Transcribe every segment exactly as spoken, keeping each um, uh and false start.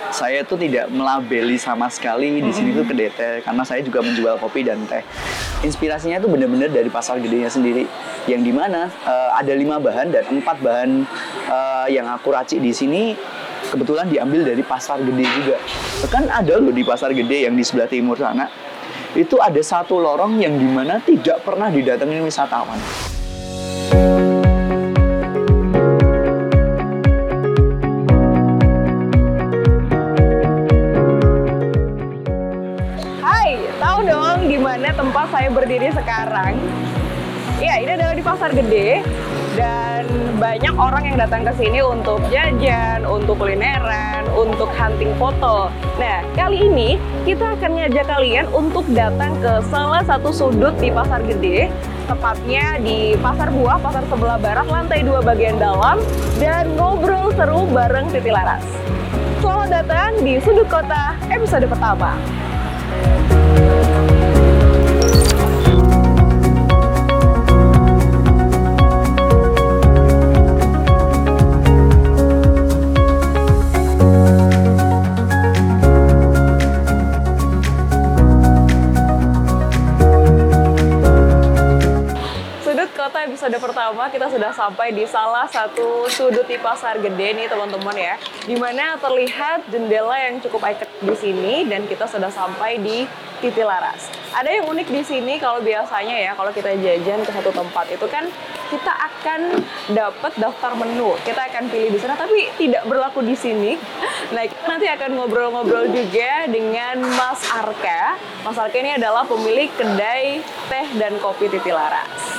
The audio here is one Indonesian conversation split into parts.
saya tuh tidak melabeli sama sekali di sini tuh kedai teh, karena saya juga menjual kopi dan teh. Inspirasinya tuh bener-bener dari pasar gedenya sendiri, yang dimana uh, ada lima bahan dan empat bahan uh, yang aku racik di sini kebetulan diambil dari pasar gede juga. Bahkan ada loh di pasar gede yang di sebelah timur sana, itu ada satu lorong yang dimana tidak pernah didatengin wisatawan. Dimana tempat saya berdiri sekarang? Ya, ini adalah di Pasar Gede dan banyak orang yang datang ke sini untuk jajan, untuk kulineran, untuk hunting foto. Nah, kali ini kita akan ngajak kalian untuk datang ke salah satu sudut di Pasar Gede, tepatnya di Pasar Buah, pasar sebelah barat, lantai dua bagian dalam, dan ngobrol seru bareng Titi Laras. Selamat datang di Sudut Kota episode pertama. Episode pertama kita sudah sampai di salah satu sudut di Pasar Gede nih teman-teman ya, dimana terlihat jendela yang cukup iconic di sini dan kita sudah sampai di Titi Laras. Ada yang unik di sini, kalau biasanya ya kalau kita jajan ke satu tempat itu kan kita akan dapat daftar menu, kita akan pilih di sana, tapi tidak berlaku di sini. Nah, kita nanti akan ngobrol-ngobrol juga dengan Mas Arka. Mas Arka ini adalah pemilik kedai teh dan kopi Titi Laras.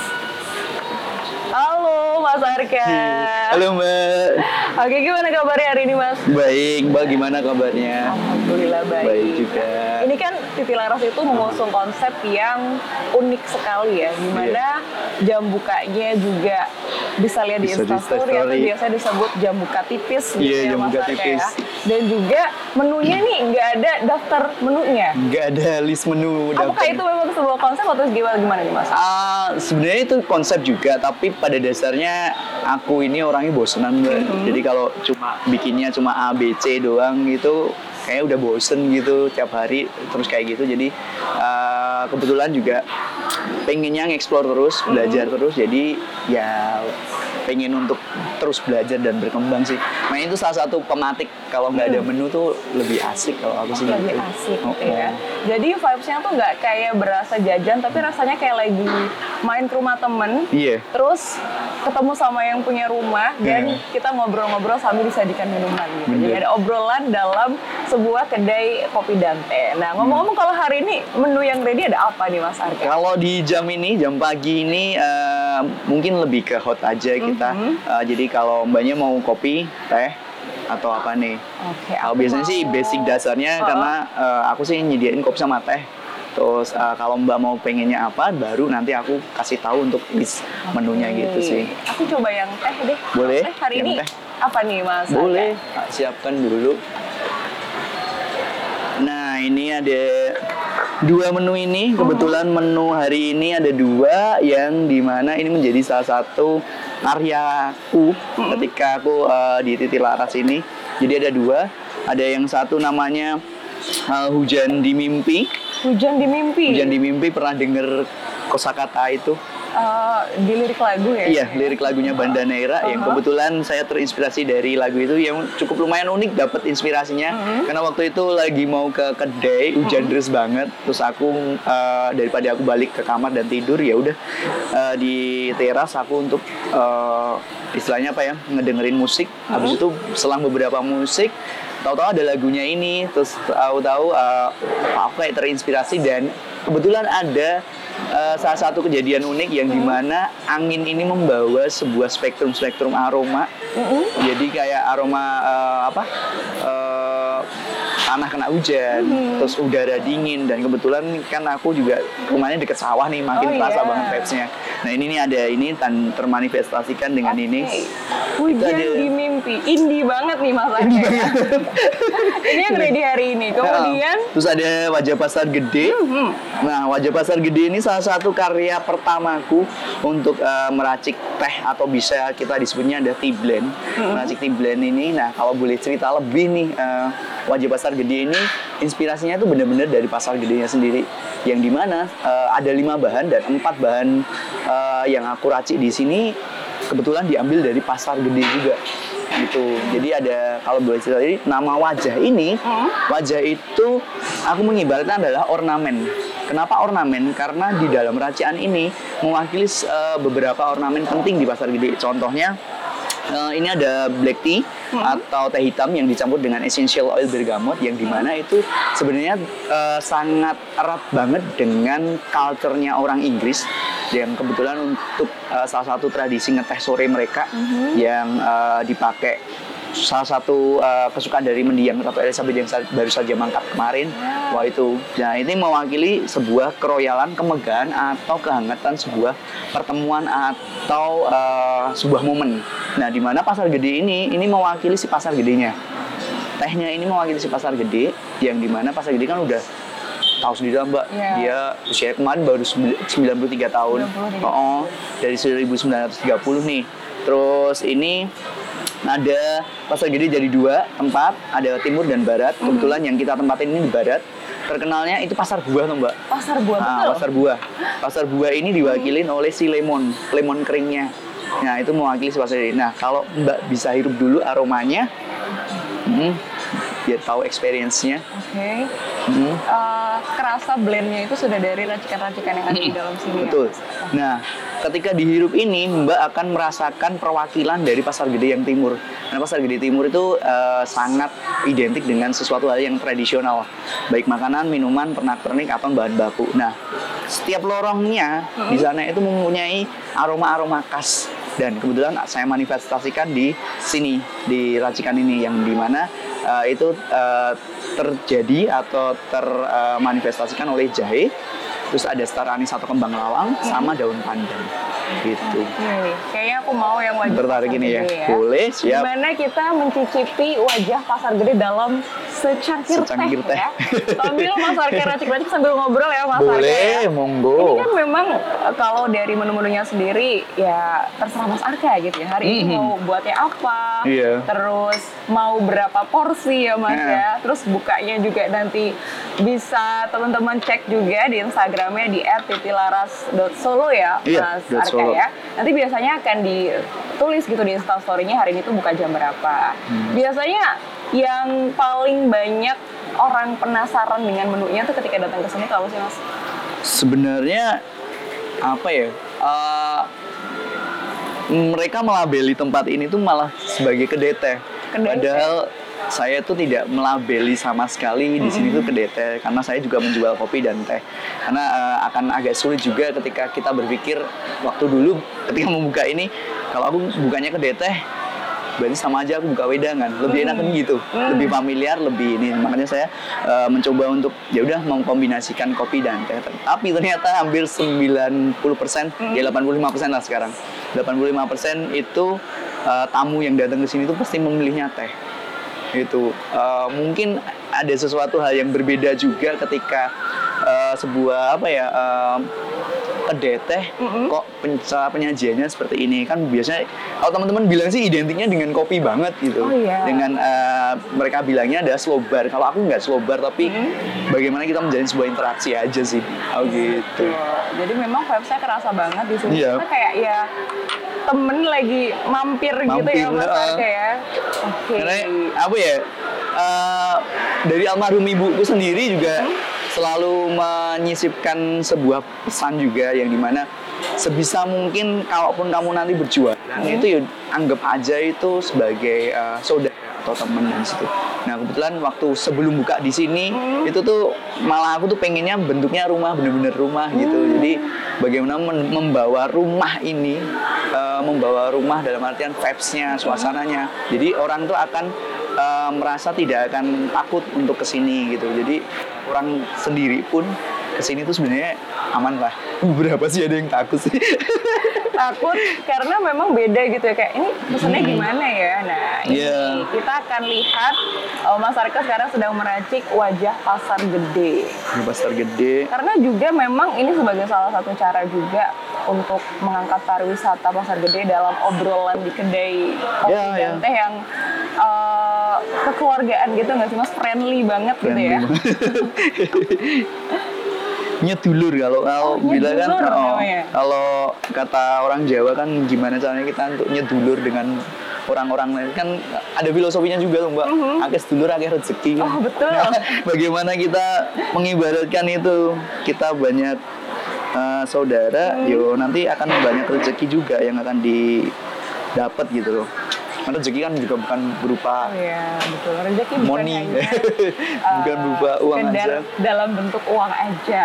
Halo Mas Arka. Halo Mbak. Oke, gimana kabarnya hari ini Mas? Baik, Mbak, gimana kabarnya? Alhamdulillah baik. Baik juga. Ini kan Titi Laras itu mengusung konsep yang unik sekali ya, dimana yeah. jam bukanya juga bisa lihat di Instastory, atau biasanya disebut jam buka tipis gitu yeah, ya Mas Arka tipis. ya. Dan juga menunya nih nggak ada daftar menunya. Nggak ada list menu. Apakah daftar. Itu memang sebuah konsep atau gimana gimana nih Mas? Uh, sebenarnya itu konsep juga, tapi pada dasarnya aku ini orangnya bosenan Mbak. Mm-hmm. Jadi kalau cuma bikinnya cuma A B C doang gitu, kayak udah bosen gitu tiap hari terus kayak gitu. Jadi uh, kebetulan juga pengennya nge-explore terus, belajar mm-hmm. terus. Jadi ya pengen untuk terus belajar dan berkembang sih. Makanya itu salah satu pematik kalau nggak hmm. ada menu tuh lebih asik kalau aku sih. Lebih gitu. Asik oh, gitu ya. Jadi vibes-nya tuh nggak kayak berasa jajan, tapi rasanya kayak lagi main ke rumah temen. Iya. Yeah. Terus ketemu sama yang punya rumah dan yeah. kita ngobrol-ngobrol sambil disajikan minuman gitu. Bener. Jadi ada obrolan dalam sebuah kedai kopi dan teh. Nah, ngomong-ngomong kalau hari ini menu yang ready ada apa nih Mas Arka? Kalau di jam ini, jam pagi ini uh, mungkin lebih ke hot aja kita. Mm-hmm. Uh, jadi kalau mbaknya mau kopi, teh, atau apa nih? Oke. Okay, kalau biasanya mau... sih basic dasarnya, oh. karena uh, aku sih nyediain kopi sama teh. Terus uh, kalau mbak mau pengennya apa, baru nanti aku kasih tahu untuk list okay. menunya gitu sih. Aku coba yang teh deh. Boleh? Teh hari yang ini teh. Apa nih Mas? Boleh. Nah, siapkan dulu. Nah, ini ada dua menu ini. Kebetulan menu hari ini ada dua, yang dimana ini menjadi salah satu karyaku mm-hmm. ketika aku uh, di Titi Laras ini. Jadi ada dua. Ada yang satu namanya uh, Hujan di Mimpi. Hujan di Mimpi? Hujan di Mimpi, pernah denger kosakata itu? Uh, di lirik lagu ya? Iya, lirik lagunya Banda Neira, uh-huh. yang kebetulan saya terinspirasi dari lagu itu, yang cukup lumayan unik dapat inspirasinya. Uh-huh. Karena waktu itu lagi mau ke kedai, hujan uh-huh. deras banget, terus aku uh, daripada aku balik ke kamar dan tidur, ya udah uh, di teras aku untuk uh, istilahnya apa ya, ngedengerin musik. Uh-huh. Habis itu selang beberapa musik, tahu-tahu ada lagunya ini, terus tahu-tahu uh, aku kayak terinspirasi, dan kebetulan ada uh, salah satu kejadian unik yang mm-hmm. dimana angin ini membawa sebuah spektrum-spektrum aroma. Mm-hmm. Jadi kayak aroma uh, apa? Uh, tanah kena hujan, hmm. terus udara dingin, dan kebetulan kan aku juga rumahnya deket sawah nih, makin oh, terasa yeah. banget vibes-nya. Nah ini nih ada ini tan termanifestasikan dengan okay. ini. Hujan ada... di mimpi, indie banget nih Mas Arka. Ini yang ready hari ini. Kemudian nah, terus ada Wajah Pasar Gede. Mm-hmm. Nah Wajah Pasar Gede ini salah satu karya pertamaku untuk uh, meracik teh, atau bisa kita disebutnya ada tea blend. Mm-hmm. Meracik tea blend ini. Nah kalau boleh cerita lebih nih, uh, Wajah Pasar Gede ini inspirasinya tuh benar-benar dari pasar gedenya sendiri, yang dimana uh, ada lima bahan dan empat bahan uh, yang aku racik di sini kebetulan diambil dari pasar gede juga gitu. Jadi ada, kalau boleh cerita tadi, nama wajah ini, hmm? wajah itu aku mengibaratkan adalah ornamen. Kenapa ornamen? Karena di dalam racikan ini mewakili uh, beberapa ornamen penting di pasar gede. Contohnya uh, ini ada black tea hmm. atau teh hitam yang dicampur dengan essential oil bergamot, yang dimana itu sebenarnya uh, sangat erat banget dengan culture-nya orang Inggris, yang kebetulan untuk uh, salah satu tradisi ngeteh sore mereka mm-hmm. yang uh, dipakai salah satu uh, kesukaan dari mendiang Ratu Elizabeth yang sa- baru saja mangkat kemarin. Yeah. Wah itu, nah ini mewakili sebuah keroyalan, kemegahan atau kehangatan sebuah pertemuan atau uh, sebuah momen. Nah di mana pasar gede ini, ini mewakili si pasar gedenya. Tehnya ini mewakili si pasar gede, yang dimana pasar gede kan udah tahu sendiri lah Mbak, yeah. dia usia kemarin baru sembilan puluh tiga tahun. sembilan puluh tiga. Oh, dari seribu sembilan ratus tiga puluh nih. Terus ini ada pasar gede jadi dua tempat, ada timur dan barat. Mm-hmm. Kebetulan yang kita tempatin ini di barat. Terkenalnya itu pasar buah tuh Mbak. Pasar buah, nah, betul. Pasar buah. Pasar buah ini diwakilin mm-hmm. oleh si lemon, lemon keringnya. Nah itu mewakili si pasar gede. Nah kalau Mbak bisa hirup dulu aromanya, hmm, biar tahu experience-nya. Oke. Okay. Hmm. Uh, kerasa blend-nya itu sudah dari racikan-racikan yang ada hmm. di dalam sini. Betul. Ya, nah, ketika dihirup ini, Mbak akan merasakan perwakilan dari pasar gede yang timur. Nah, pasar gede timur itu uh, sangat identik dengan sesuatu hal yang tradisional, baik makanan, minuman, pernak-pernik atau bahan baku. Nah, setiap lorongnya hmm. di sana itu mempunyai aroma-aroma khas. Dan kebetulan saya manifestasikan di sini, di racikan ini, yang dimana uh, itu uh, terjadi atau termanifestasikan uh, oleh jahe, terus ada star anis atau kembang lawang, hmm. sama daun pandan gitu. Oke, kayaknya aku mau yang wajah tertarik ini ya. ya. Boleh, siap. Gimana kita mencicipi wajah pasar gede dalam secangkir, secangkir teh, teh. Ya. Sambil Mas Arka racik-racik sambil ngobrol ya Mas Arka. Boleh, ya. Monggo. Ini kan memang kalau dari menu-menunya sendiri ya terserah Mas Arka gitu ya. Hari mm-hmm. ini mau buatnya apa, yeah. terus mau berapa porsi ya Mas yeah. ya. Terus bukanya juga nanti bisa teman-teman cek juga di Instagramnya di et titilaras dot solo ya yeah, Mas Arka Solo. Ya. Nanti biasanya akan ditulis gitu di Instastory-nya hari ini tuh buka jam berapa. Hmm. Biasanya yang paling banyak orang penasaran dengan menunya tuh ketika datang ke sini tuh apa sih Mas? Sebenarnya apa ya? Uh, mereka melabeli tempat ini tuh malah sebagai kedai teh. Padahal saya tuh tidak melabeli sama sekali di sini tuh kedai teh, karena saya juga menjual kopi dan teh. Karena uh, akan agak sulit juga ketika kita berpikir waktu dulu ketika membuka ini, kalau aku bukanya kedai teh, berarti sama aja aku buka wedangan, lebih enak kan gitu, lebih familiar, lebih ini. Makanya saya uh, mencoba untuk ya udah mengkombinasikan kopi dan teh. Tapi ternyata hampir sembilan puluh persen, ya delapan puluh lima persen lah sekarang. delapan puluh lima persen itu uh, tamu yang datang ke sini tuh pasti memilihnya teh. Gitu. Uh, mungkin ada sesuatu hal yang berbeda juga ketika uh, sebuah apa ya uh, kedai teh mm-hmm. kok pen- penyajiannya seperti ini. Kan biasanya kalau teman-teman bilang sih identiknya dengan kopi banget gitu. Oh, iya. Dengan uh, mereka bilangnya ada slow bar. Kalau aku nggak slow bar, tapi mm-hmm. bagaimana kita menjalin sebuah interaksi aja sih. Oh gitu. Oh, jadi memang vibes-nya kerasa banget di sini. Yeah. Kita kayak ya temen lagi mampir, mampir gitu ya Mas Arka uh, ya. Oke. Okay. Karena apa ya? Uh, dari almarhum ibuku sendiri juga hmm? selalu menyisipkan sebuah pesan juga, yang dimana sebisa mungkin kalaupun kamu nanti berjualan hmm. itu ya anggap aja itu sebagai uh, saudara atau teman dan situ. Nah kebetulan waktu sebelum buka di sini hmm. itu tuh malah aku tuh pengennya bentuknya rumah, bener-bener rumah hmm. gitu. Jadi bagaimana men- membawa rumah ini, uh, membawa rumah dalam artian vibes-nya, suasananya. Jadi orang tuh akan uh, merasa tidak akan takut untuk kesini gitu. Jadi orang sendiri pun kesini tuh sebenarnya aman lah. Berapa sih ada yang takut sih? Takut karena memang beda gitu ya, kayak ini pesannya gimana ya. Nah ini Yeah. kita akan lihat uh, Mas Arka sekarang sedang meracik wajah pasar gede. Di pasar gede. Karena juga memang ini sebagai salah satu cara juga untuk mengangkat pariwisata pasar gede dalam obrolan di kedai kopi Ya, dan ya. teh yang uh, kekeluargaan gitu nggak sih Mas, friendly banget gitu Friendly ya. Nyedulur kalau kalau Oh, bilang kan nyedulur oh, namanya. kalau kata orang Jawa kan gimana caranya kita untuk nyedulur dengan orang-orang lain kan ada filosofinya juga loh Mbak. Akeh sedulur akeh rezeki. Oh, betul. Nah, bagaimana kita mengibaratkan itu, kita banyak uh, saudara, yo nanti akan banyak rezeki juga yang akan didapat gitu loh. Karena rezeki kan juga bukan berupa Oh iya, betul. Rezeki bukan money, hanya bukan uh, berupa uang sekedar aja. dalam bentuk uang aja.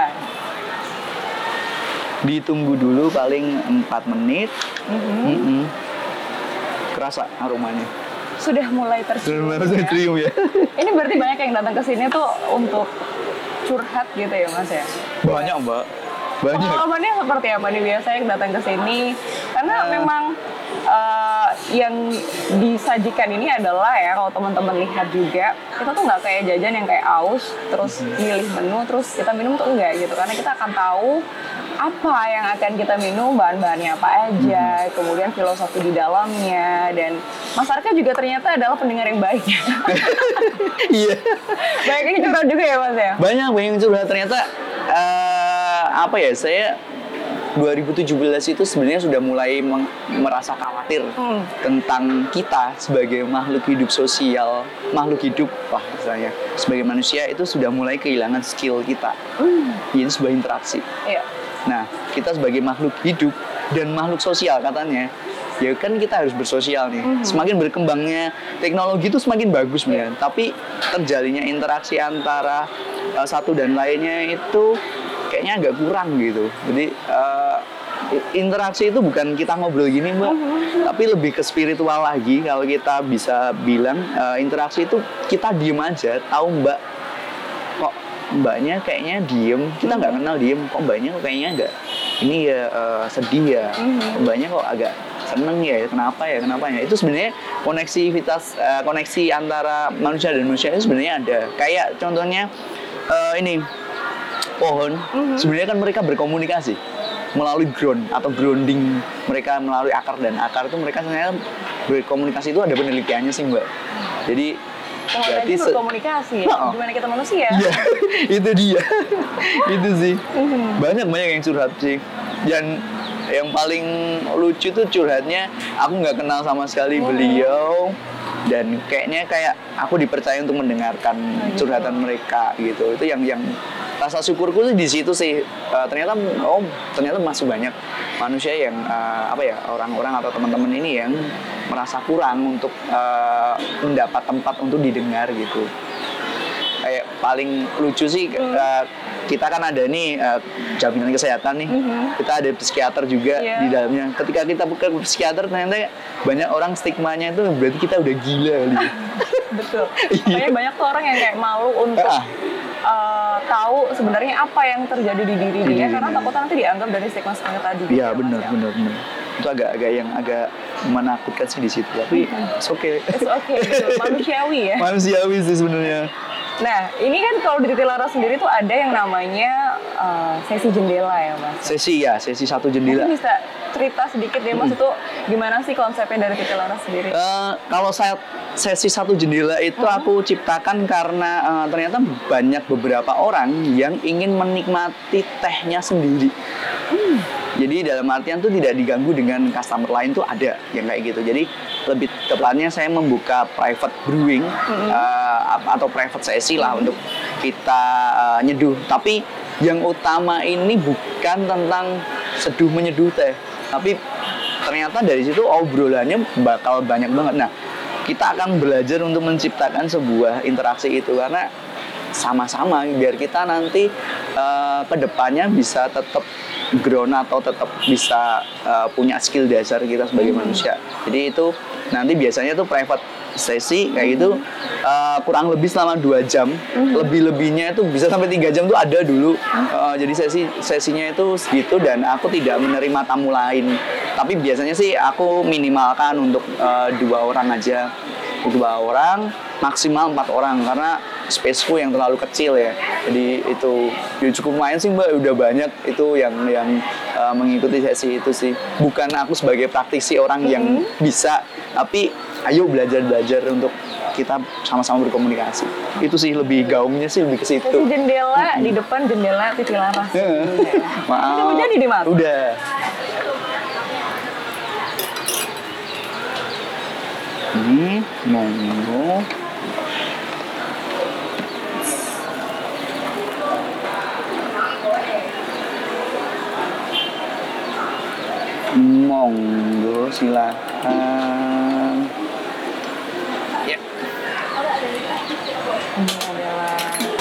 Ditunggu dulu paling empat menit. Mm-mm. Kerasa aromanya. Sudah mulai tercium. Sudah ya. trium ya. Ini berarti banyak yang datang ke sini tuh untuk curhat gitu ya Mas ya? Banyak Mbak. Banyak. Pengalamannya seperti apa nih biasanya yang datang ke sini? Karena Eh. memang uh, yang disajikan ini adalah ya kalau teman-teman lihat juga kita tuh nggak kayak jajan yang kayak aus terus milih menu terus kita minum tuh enggak gitu, karena kita akan tahu apa yang akan kita minum, bahan-bahannya apa aja, kemudian filosofi di dalamnya. Dan Mas Arka juga ternyata adalah pendengar yang baik. Iya. Banyak yang curhat juga ya Mas ya? Banyak banyak yang curhat ternyata eh, apa ya, saya dua ribu tujuh belas itu sebenarnya sudah mulai meng- merasa khawatir Hmm. tentang kita sebagai makhluk hidup sosial, makhluk hidup lah istilahnya. Sebagai manusia itu sudah mulai kehilangan skill kita. Ini sebuah interaksi. Iya. Nah, kita sebagai makhluk hidup dan makhluk sosial katanya, ya kan kita harus bersosial nih. Semakin berkembangnya teknologi itu semakin bagus sebenarnya. Tapi terjalinnya interaksi antara uh, satu dan lainnya itu kayaknya agak kurang gitu. Jadi uh, interaksi itu bukan kita ngobrol gini Mbak, tapi lebih ke spiritual lagi. Kalau kita bisa bilang uh, interaksi itu kita diem aja, tahu Mbak kok mbaknya kayaknya diem, kita nggak kenal diem, kok mbaknya kok kayaknya agak ini ya uh, sedih ya, mbaknya kok agak seneng ya, kenapa ya, kenapa ya, itu sebenarnya koneksivitas, uh, koneksi antara manusia dan manusia itu sebenarnya ada. Kayak contohnya uh, ini pohon, sebenarnya kan mereka berkomunikasi melalui ground atau grounding, mereka melalui akar dan akar itu mereka sebenarnya berkomunikasi, itu ada penelitiannya sih Mbak. Jadi Berarti se- berkomunikasi ya, Oh. gimana kita manusia? Iya, itu dia. Itu sih. Banyak banyak yang curhat sih. Dan yang paling lucu tuh curhatnya, aku nggak kenal sama sekali beliau. Dan kayaknya kayak aku dipercaya untuk mendengarkan curhatan mereka gitu. Itu yang yang rasa syukurku tuh di situ sih. Uh, ternyata oh ternyata masih banyak manusia yang uh, apa ya, orang-orang atau teman-teman ini yang merasa kurang untuk uh, mendapat tempat untuk didengar gitu. Kayak paling lucu sih, uh, kita kan ada nih uh, jaminan kesehatan nih, kita ada psikiater juga Iya. di dalamnya. Ketika kita ke psikiater ternyata banyak orang stigmanya itu berarti kita udah gila kali ya. Betul. Iya. Makanya banyak tuh orang yang kayak malu untuk Ah. uh, tahu sebenarnya apa yang terjadi di diri Di dia, diri karena dia. takutnya nanti dianggap dari stigma-stigma tadi. Iya gitu, benar Mas, ya. benar benar. Itu agak-agak yang agak menakutkan sih di situ, tapi it's okay. It's okay, betul. Manusiawi ya. Manusiawi sih sebenarnya. Nah, ini kan kalau di Titilaras sendiri tuh ada yang namanya uh, sesi jendela ya, Mas. Sesi ya, sesi satu jendela. Mungkin bisa cerita sedikit deh, Mas, itu gimana sih konsepnya dari Titilaras sendiri? Eh, kalau saya sesi satu jendela itu aku ciptakan karena eh, ternyata banyak beberapa orang yang ingin menikmati tehnya sendiri. Jadi dalam artian tuh tidak diganggu dengan customer lain tuh ada yang kayak gitu. Jadi lebih tepatnya saya membuka private brewing eh, atau private sesi lah untuk kita eh, nyeduh. Tapi yang utama ini bukan tentang seduh menyeduh teh, tapi ternyata dari situ obrolannya bakal banyak banget. Nah, kita akan belajar untuk menciptakan sebuah interaksi itu karena sama-sama biar kita nanti uh, kedepannya bisa tetap grown atau tetap bisa uh, punya skill dasar kita sebagai manusia. Jadi itu nanti biasanya tuh private sesi kayak gitu uh, kurang lebih selama dua jam. Lebih-lebihnya itu bisa sampai tiga jam tuh ada dulu. Uh, jadi sesi sesinya itu segitu dan aku tidak menerima tamu lain. Tapi biasanya sih aku minimalkan untuk uh, dua orang aja. Dua orang, maksimal empat orang karena spaceku yang terlalu kecil ya. Jadi itu ya cukup lumayan sih Mbak, udah banyak itu yang yang uh, mengikuti sesi itu sih. Bukan aku sebagai praktisi orang yang Mm-hmm. bisa, tapi ayo belajar-belajar untuk kita sama-sama berkomunikasi. Itu sih lebih gaungnya sih lebih ke situ. Sesi jendela di depan jendela Titi Laras. Ya. Maaf. Ini udah jadi nih Mas? Udah. Hmm, monggo. Monggo silakan. Ya. Ini adalah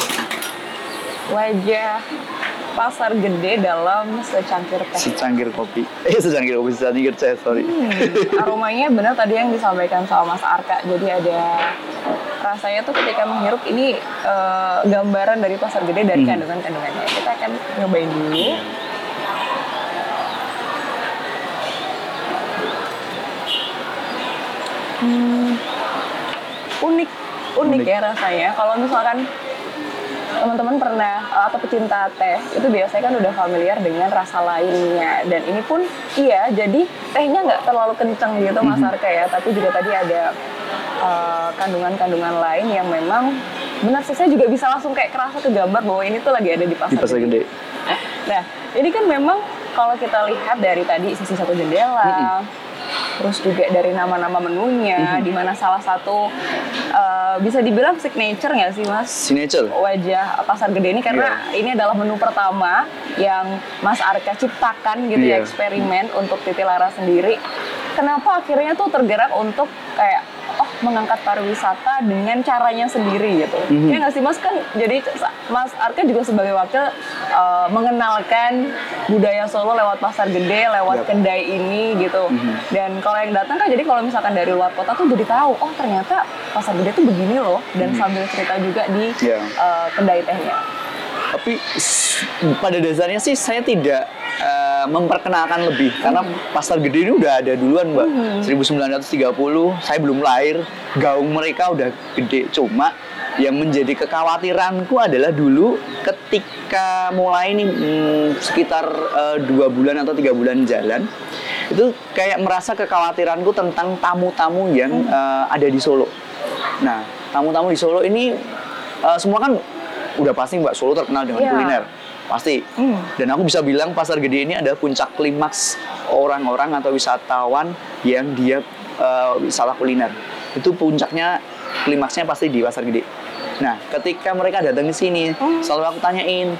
wajah pasar gede dalam secangkir teh. Secangkir kopi. Eh, secangkir kopi, secangkir teh, sorry. Hmm, aromanya benar tadi yang disampaikan sama Mas Arka. Jadi ada rasanya tuh ketika menghirup ini eh, gambaran dari pasar gede dari Hmm. kandungan-kandungannya. Kita akan nyobain dulu. Hmm, unik, unik Unik. ya rasanya. Kalau misalkan teman-teman pernah eh, atau pecinta teh itu biasanya kan udah familiar dengan rasa lainnya, dan ini pun iya, jadi tehnya nggak terlalu kenceng gitu Mas Arka ya, tapi juga tadi ada eh, kandungan-kandungan lain yang memang benar sih, saya juga bisa langsung kayak kerasa ke gambar bahwa ini tuh lagi ada di pasar, Di pasar gede. Nah, ini kan memang kalau kita lihat dari tadi sisi satu jendela, terus juga dari nama-nama menunya, di mana salah satu eh, bisa dibilang signature nggak sih Mas? Signature. Wajah pasar gede ini karena ini adalah menu pertama yang Mas Arka ciptakan gitu ya, Iya. eksperimen untuk Titi Laras sendiri. Kenapa akhirnya tuh tergerak untuk kayak oh mengangkat pariwisata dengan caranya sendiri gitu? Mhm. Ya nggak sih Mas, kan jadi Mas Arka juga sebagai wakil eh, mengenalkan budaya Solo lewat pasar gede, lewat Yap. kedai ini gitu. Dan kalau yang datang kan jadi kalau misalkan dari luar kota tuh jadi tahu, oh ternyata pasar gede tuh begini loh, dan sambil cerita juga di Iya. eh, kedai tehnya. Tapi s- pada dasarnya sih saya tidak eh, memperkenalkan lebih karena pasar gede ini udah ada duluan Mbak. seribu sembilan ratus tiga puluh saya belum lahir, gaung mereka udah gede. Cuma yang menjadi kekhawatiranku adalah dulu ketika mulai nih hmm, sekitar eh, dua bulan atau tiga bulan jalan, itu kayak merasa kekhawatiranku tentang tamu-tamu yang eh, ada di Solo. Nah, tamu-tamu di Solo ini eh, semua kan udah pasti Mbak, Solo terkenal dengan Iya. kuliner, pasti. Hmm. Dan aku bisa bilang pasar gede ini adalah puncak klimaks orang-orang atau wisatawan yang dia eh, wisata kuliner. Itu puncaknya, klimaksnya pasti di pasar gede. Nah, ketika mereka datang ke sini, selalu aku tanyain,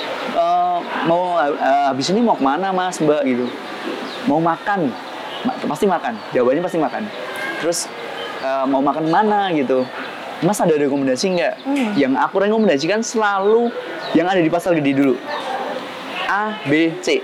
"Eh, mau eh, habis ini mau kemana Mas Mbak gitu? Mau makan?" Ma- pasti makan. Jawabannya pasti makan. Terus eh, mau makan mana gitu? Mas ada rekomendasi nggak? Yang aku rekomendasikan selalu yang ada di pasar gede dulu. A, B, C.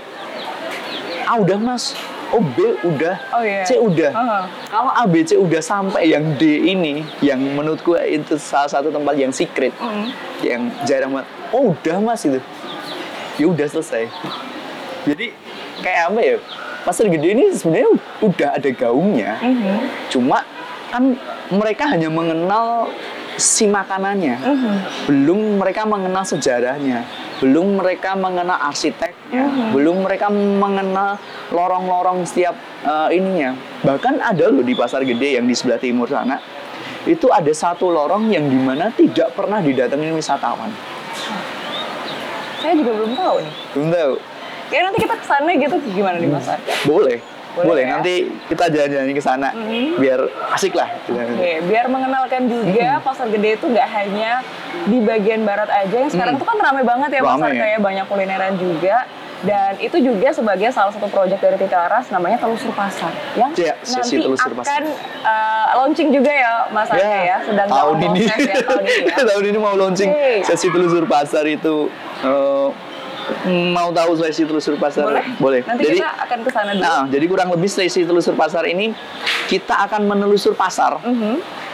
A udah Mas. Oh B udah. Oh, iya. C udah. Heeh. Kalau A, B, C udah sampai yang D ini, yang menurutku itu salah satu tempat yang secret, yang jarang banget. Oh udah Mas itu. Ya udah selesai. Jadi kayak apa ya? Pasar gede ini sebenarnya udah ada gaungnya. Cuma kan mereka hanya mengenal si makanannya, belum mereka mengenal sejarahnya, belum mereka mengenal arsiteknya, belum mereka mengenal lorong-lorong setiap eh, ininya. Bahkan ada loh di pasar gede yang di sebelah timur sana, itu ada satu lorong yang dimana tidak pernah didatengin wisatawan. Saya juga belum tahu nih. Belum tahu. Ya nanti kita kesana gitu gimana nih Mas Arka? Boleh. Boleh Boleh, ya? nanti kita jalan-jalan ke sana biar asik lah. Oke, biar mengenalkan juga pasar gede itu nggak hanya di bagian barat aja, yang sekarang Mm. tuh kan ramai banget ya Mas Ramai. Arka ya, banyak kulineran juga. Dan itu juga sebagai salah satu proyek dari Titi Laras namanya Telusur Pasar, yang Ya, sesi nanti Telusur akan Pasar. uh, launching juga ya Mas Arka ya, sedang tahun dalam ini, proses ya tahun ini ya. tahun ini mau launching Oke. sesi telusur pasar itu. eh, mau tahu sesi telusur pasar? Boleh? Nanti jadi, kita akan ke sana dulu. nah, jadi kurang lebih sesi telusur pasar ini kita akan menelusur pasar Mhm.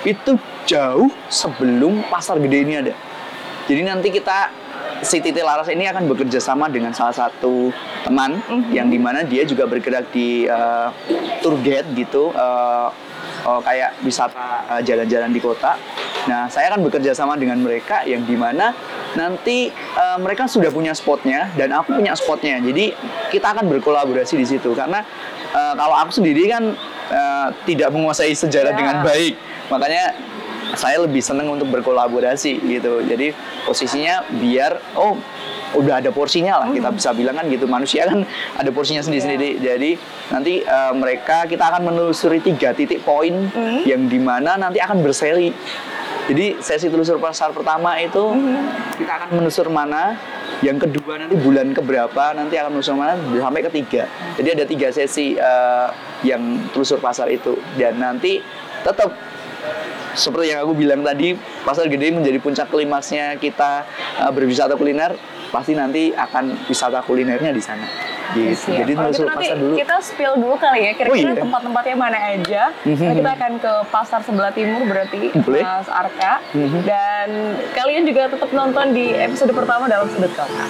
itu jauh sebelum Pasar Gede ini ada. Jadi nanti kita si Titi Laras ini akan bekerja sama dengan salah satu teman mm-hmm. yang dimana dia juga bergerak di uh, tour guide gitu, uh, uh, kayak wisata uh, jalan-jalan di kota. Nah, saya akan bekerja sama dengan mereka yang dimana nanti uh, mereka sudah punya spotnya dan aku punya spotnya. Jadi kita akan berkolaborasi di situ karena uh, kalau aku sendiri kan uh, tidak menguasai sejarah yeah. dengan baik, makanya saya lebih senang untuk berkolaborasi gitu. Jadi posisinya biar oh udah ada porsinya lah, kita bisa bilang kan gitu. Manusia kan ada porsinya sendiri-sendiri. Yeah. Jadi nanti uh, mereka kita akan menelusuri tiga titik poin mm. yang dimana nanti akan berseri. Jadi sesi telusur pasar pertama itu mm. kita akan menelusur mana, yang kedua nanti bulan keberapa nanti akan menelusur mana sampai ketiga. Jadi ada tiga sesi uh, yang telusur pasar itu dan nanti tetap seperti yang aku bilang tadi, Pasar Gede menjadi puncak klimaksnya kita uh, berwisata kuliner. Pasti nanti akan wisata kulinernya di sana. Gitu. Yes, Jadi gitu pasar dulu. Kita spill dulu kali ya, kira-kira oh, iya. tempat-tempatnya mana aja. Mm-hmm. Nah, kita akan ke pasar sebelah timur berarti, boleh? Mas Arka. Mm-hmm. Dan kalian juga tetap nonton di episode pertama dalam Sudut Kota.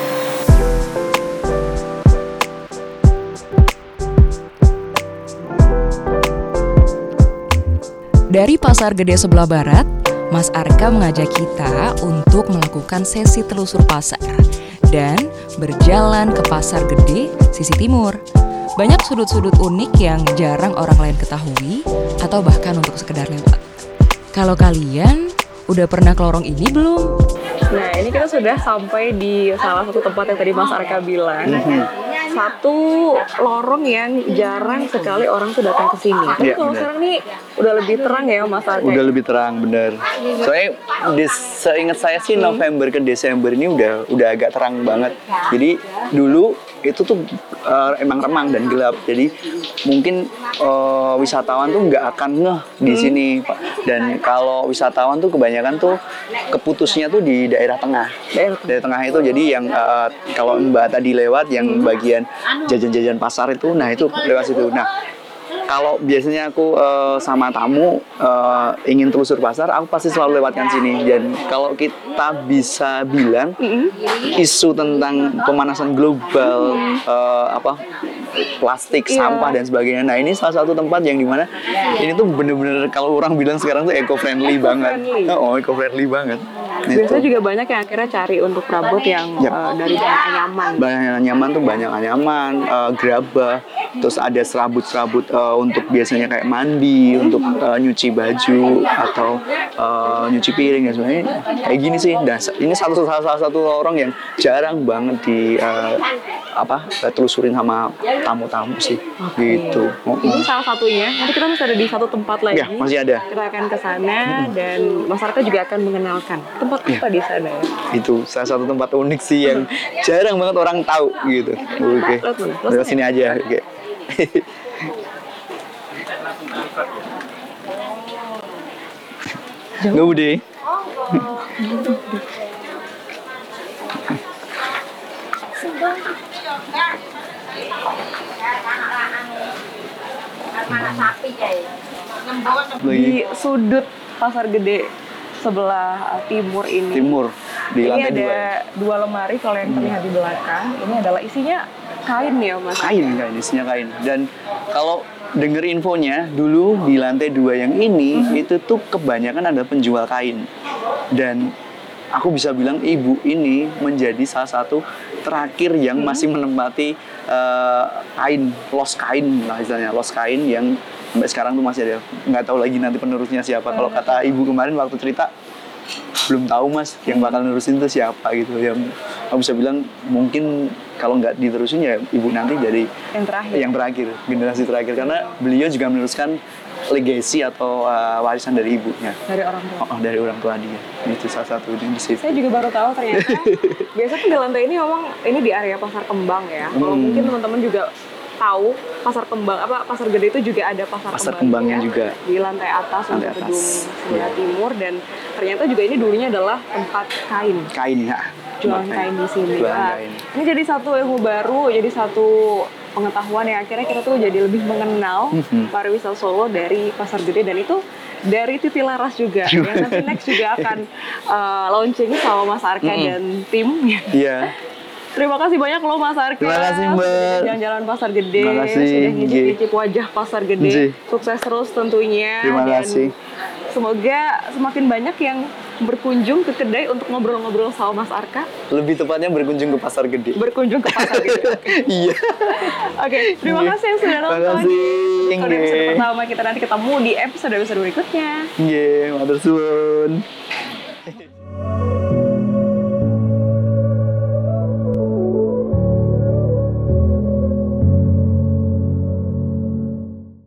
Dari Pasar Gede sebelah barat, Mas Arka mengajak kita untuk melakukan sesi telusur pasar dan berjalan ke Pasar Gede sisi timur. Banyak sudut-sudut unik yang jarang orang lain ketahui atau bahkan untuk sekedar lewat. Kalau kalian udah pernah ke lorong ini belum? Nah, ini kita sudah sampai di salah satu tempat yang tadi Mas Arka bilang. Mm-hmm. Satu lorong yang jarang sekali orang tuh datang ke sini. Tapi ya, kalau bener. Sekarang nih udah lebih terang ya Mas Arka. Udah lebih terang, bener. Soalnya di, seingat saya sih November ke Desember ini udah udah agak terang banget. Jadi dulu itu tuh uh, emang remang dan gelap. Jadi mungkin uh, wisatawan tuh nggak akan ngeh di hmm. sini, Pak. Dan kalau wisatawan tuh kebanyakan tuh keputusnya tuh di daerah tengah. Daerah, daerah tengah itu jadi yang uh, kalau Mbak tadi lewat yang hmm. bagian jajan-jajan pasar itu, nah itu lewat situ. Nah, kalau biasanya aku uh, sama tamu uh, ingin telusur pasar, aku pasti selalu lewatkan sini. Dan kalau kita bisa bilang mm-hmm. isu tentang pemanasan global, mm-hmm. uh, apa plastik, yeah. sampah dan sebagainya. Nah, ini salah satu tempat yang dimana ini tuh bener-bener kalau orang bilang sekarang tuh eco-friendly banget. Oh, eco-friendly banget. Biasanya juga banyak yang akhirnya cari untuk perabot yang yep. uh, dari bahan anyaman. Bahan anyaman tuh banyak anyaman, uh, gerabah, terus ada serabut-serabut uh, untuk biasanya kayak mandi, untuk uh, nyuci baju atau uh, nyuci piring dan sebagainya. Kayak gini sih. Dan ini satu salah, salah satu orang yang jarang banget di uh, apa telusurin sama tamu-tamu sih. Okay. Gitu. Ini salah satunya. Nanti kita masih ada di satu tempat lagi. Ya, masih ada. Kita akan ke sana hmm. dan masyarakat juga akan mengenalkan tempat apa ya. Di sana ya. Itu salah satu tempat unik sih yang jarang banget orang tahu gitu. Oke. Okay. Lewat sini aja. Oke. Okay. Nggak bude. Di sudut Pasar Gede sebelah timur ini. Timur di lantai ini ada dua. Dua lemari kalau yang terlihat di belakang. Ini adalah isinya kain ya Mas. Kain, kain isinya kain. Dan kalau dengar infonya dulu di lantai dua yang ini hmm. itu tuh kebanyakan ada penjual kain. Dan aku bisa bilang ibu ini menjadi salah satu terakhir yang hmm. masih menempati uh, kain, los kain lah istilahnya, los kain yang sampai sekarang tuh masih ada. Nggak tahu lagi nanti penerusnya siapa. Kalau kata ibu kemarin waktu cerita, belum tahu mas yang bakal nerusin itu siapa gitu. Yang aku bisa bilang mungkin kalau nggak diterusin ya ibu nanti jadi yang terakhir, yang terakhir generasi terakhir karena beliau juga meneruskan legacy atau uh, warisan dari ibunya. Dari orang tua. Oh, dari orang tua dia. Itu salah satu di situ. Saya juga baru tahu ternyata. Biasanya di lantai ini memang ini di area Pasar Kembang ya. Kalau hmm. mungkin teman-teman juga tahu Pasar Kembang apa Pasar Gede itu juga ada pasar, pasar kembangnya juga di lantai atas lantai untuk gedung sebelah yeah. timur dan ternyata juga ini dulunya adalah tempat kain. Kain ya. Jualan kain di sini. Nah, kain. Ini jadi satu ilmu baru, jadi satu pengetahuan yang akhirnya kita tuh jadi lebih mengenal mm-hmm. pariwisata Solo dari Pasar Gede dan itu dari Titi Laras juga yang nanti next juga akan uh, launching sama Mas Arka Mm-mm. dan tim. Iya. Terima kasih banyak loh Mas Arka. Terima kasih, Mbak. Sudah jalan-jalan pasar gede, Terima kasih, sudah Nggih. ngicip-ngicip wajah pasar gede. Nggih. Sukses terus tentunya. Terima dan kasih. Semoga semakin banyak yang berkunjung ke kedai untuk ngobrol-ngobrol sama Mas Arka. Lebih tepatnya berkunjung ke pasar gede. Berkunjung ke pasar gede. Oke. Iya. Oke, terima Nggih. kasih yang sudah Terima nonton. kasih, Episode episode Nggih. pertama kita nanti ketemu di episode episode berikutnya. Nggih, matur suwun.